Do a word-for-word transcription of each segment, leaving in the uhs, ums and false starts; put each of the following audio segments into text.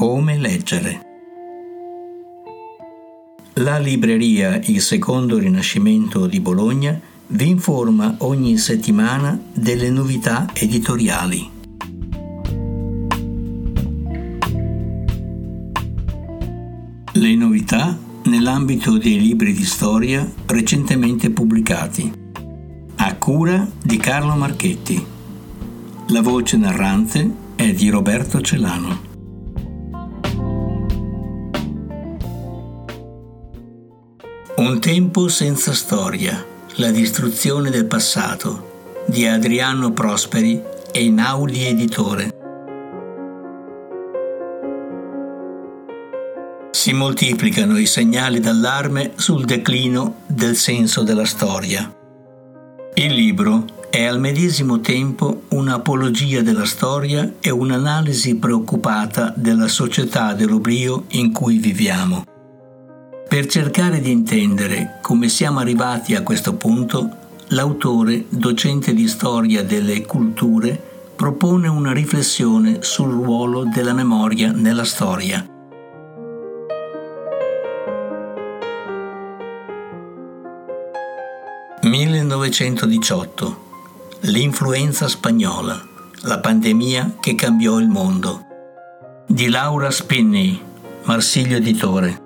Come leggere. La libreria Il Secondo Rinascimento di Bologna vi informa ogni settimana delle novità editoriali. Le novità nell'ambito dei libri di storia recentemente pubblicati, a cura di Carlo Marchetti. La voce narrante è di Roberto Celano. Un tempo senza storia, la distruzione del passato, di Adriano Prosperi e Einaudi Editore. Si moltiplicano i segnali d'allarme sul declino del senso della storia. Il libro è al medesimo tempo un'apologia della storia e un'analisi preoccupata della società dell'oblio in cui viviamo. Per cercare di intendere come siamo arrivati a questo punto, l'autore, docente di storia delle culture, propone una riflessione sul ruolo della memoria nella storia. millenovecentodiciotto. L'influenza spagnola, la pandemia che cambiò il mondo. Di Laura Spinney, Marsilio Editore.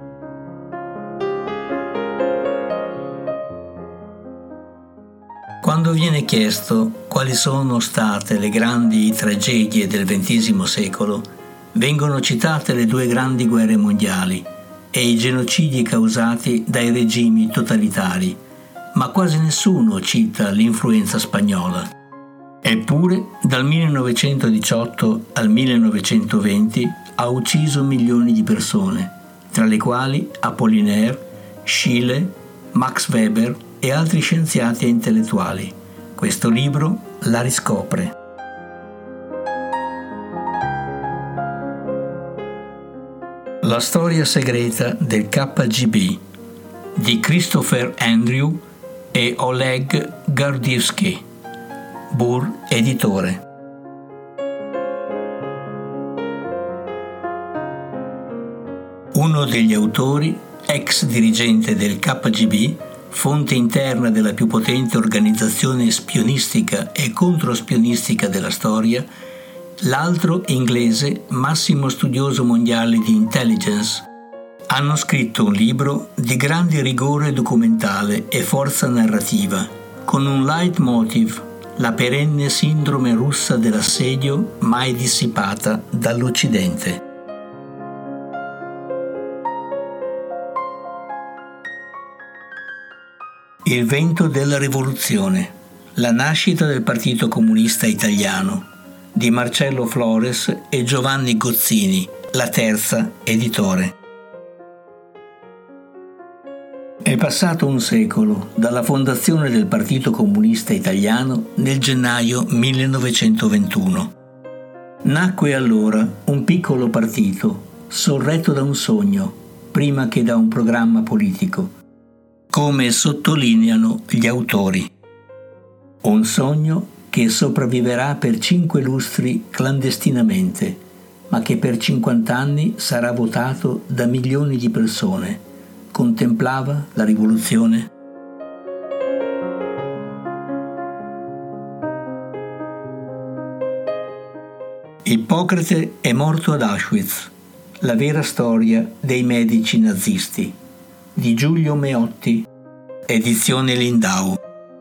Quando viene chiesto quali sono state le grandi tragedie del ventesimo secolo, vengono citate le due grandi guerre mondiali e i genocidi causati dai regimi totalitari, ma quasi nessuno cita l'influenza spagnola. Eppure, dal millenovecentodiciotto al millenovecentoventi ha ucciso milioni di persone, tra le quali Apollinaire, Schiele, Max Weber e altri scienziati e intellettuali. Questo libro la riscopre. La storia segreta del K G B di Christopher Andrew e Oleg Gardievsky, Bur Editore. Uno degli autori, ex dirigente del K G B, fonte interna della più potente organizzazione spionistica e controspionistica della storia, l'altro inglese, massimo studioso mondiale di intelligence, hanno scritto un libro di grande rigore documentale e forza narrativa, con un leitmotiv, la perenne sindrome russa dell'assedio mai dissipata dall'Occidente. Il vento della rivoluzione, la nascita del Partito Comunista Italiano, di Marcello Flores e Giovanni Gozzini, La Terza Editore. È passato un secolo dalla fondazione del Partito Comunista Italiano nel gennaio millenovecentoventuno. Nacque allora un piccolo partito, sorretto da un sogno, prima che da un programma politico, come sottolineano gli autori. Un sogno che sopravviverà per cinque lustri clandestinamente, ma che per cinquant'anni sarà votato da milioni di persone. Contemplava la rivoluzione? Ippocrate è morto ad Auschwitz, la vera storia dei medici nazisti, di Giulio Meotti, edizione Lindau.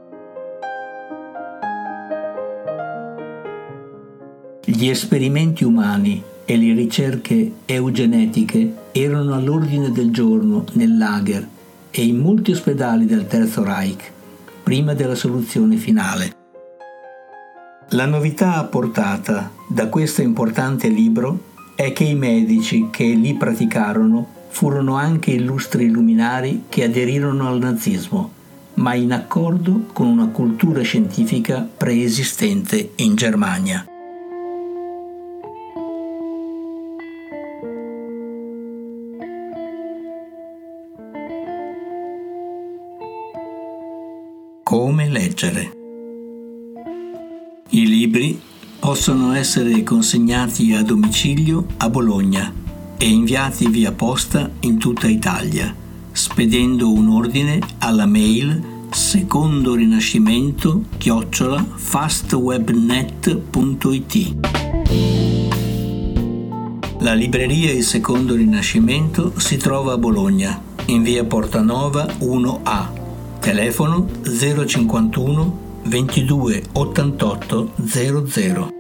Gli esperimenti umani e le ricerche eugenetiche erano all'ordine del giorno nel lager e in molti ospedali del Terzo Reich, prima della soluzione finale. La novità apportata da questo importante libro è che i medici che lì praticarono furono anche illustri luminari che aderirono al nazismo, ma in accordo con una cultura scientifica preesistente in Germania. Come leggere. I libri possono essere consegnati a domicilio a Bologna e inviati via posta in tutta Italia, spedendo un ordine alla mail secondorinascimento chiocciola fastwebnet punto it. La libreria Il Secondo Rinascimento si trova a Bologna, in via Portanova uno A, telefono zero cinquantuno ventidue ottantotto zero zero.